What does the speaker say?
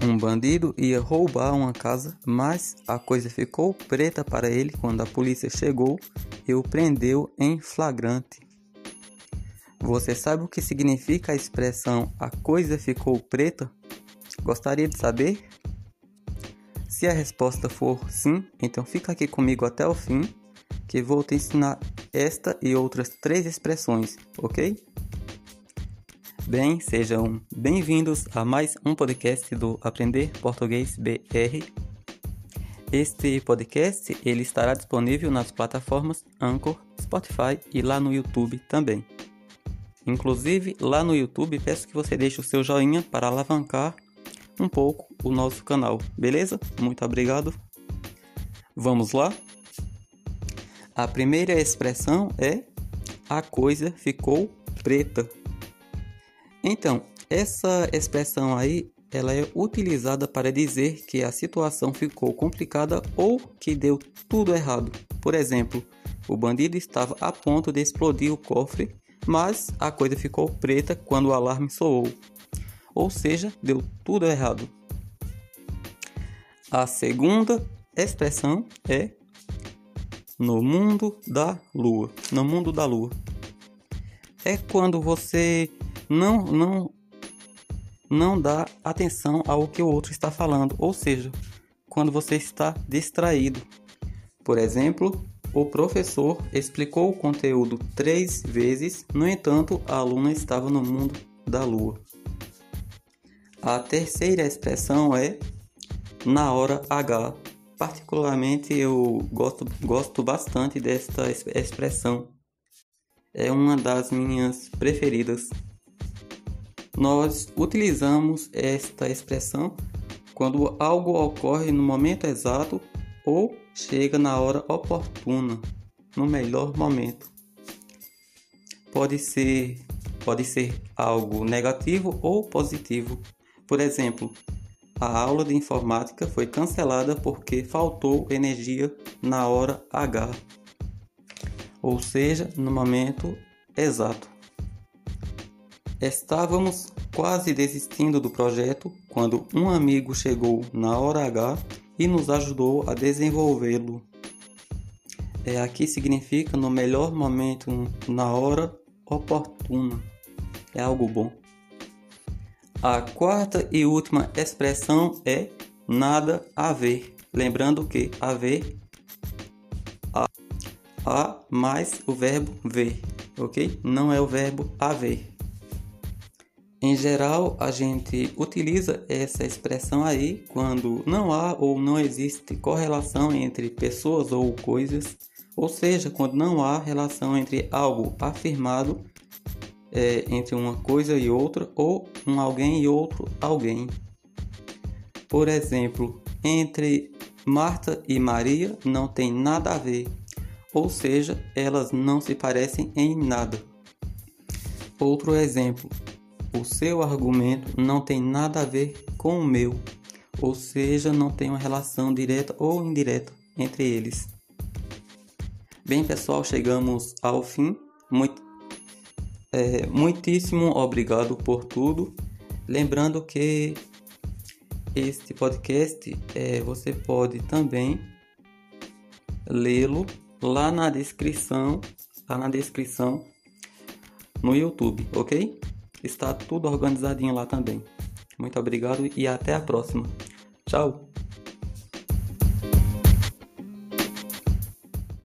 Um bandido ia roubar uma casa, mas a coisa ficou preta para ele quando a polícia chegou e o prendeu em flagrante. Você sabe o que significa a expressão "a coisa ficou preta"? Gostaria de saber? Se a resposta for sim, então fica aqui comigo até o fim, que vou te ensinar esta e outras 3 expressões, ok? Bem, sejam bem-vindos a mais um podcast do Aprender Português BR. Este podcast ele estará disponível nas plataformas Anchor, Spotify e lá no YouTube também. Inclusive, lá no YouTube, peço que você deixe o seu joinha para alavancar um pouco o nosso canal, beleza? Muito obrigado. Vamos lá? A primeira expressão é "a coisa ficou preta". Então, essa expressão aí, ela é utilizada para dizer que a situação ficou complicada ou que deu tudo errado. Por exemplo, o bandido estava a ponto de explodir o cofre, mas a coisa ficou preta quando o alarme soou. Ou seja, deu tudo errado. A segunda expressão é "no mundo da lua". No mundo da lua. É quando você não dá atenção ao que o outro está falando, ou seja, quando você está distraído. Por exemplo, o professor explicou o conteúdo 3 vezes, no entanto, a aluna estava no mundo da lua. A terceira expressão é "na hora H". Particularmente, eu gosto bastante desta expressão. É uma das minhas preferidas. Nós utilizamos esta expressão quando algo ocorre no momento exato ou chega na hora oportuna, no melhor momento. Pode ser algo negativo ou positivo. Por exemplo, a aula de informática foi cancelada porque faltou energia na hora H, ou seja, no momento exato. Estávamos quase desistindo do projeto quando um amigo chegou na hora H e nos ajudou a desenvolvê-lo. Aqui significa no melhor momento, na hora oportuna. É algo bom. A quarta e última expressão é "nada a ver". Lembrando que haver há mais o verbo ver, ok? Não é o verbo haver. Em geral, a gente utiliza essa expressão aí quando não há ou não existe correlação entre pessoas ou coisas, ou seja, quando não há relação entre algo afirmado, entre uma coisa e outra, ou um alguém e outro alguém. Por exemplo, entre Marta e Maria não tem nada a ver, ou seja, elas não se parecem em nada. Outro exemplo: o seu argumento não tem nada a ver com o meu, ou seja, não tem uma relação direta ou indireta entre eles. Bem, pessoal, chegamos ao fim. Muitíssimo obrigado por tudo. Lembrando que este podcast você pode também lê-lo lá na descrição no YouTube, ok? Está tudo organizadinho lá também. Muito obrigado e até a próxima. Tchau!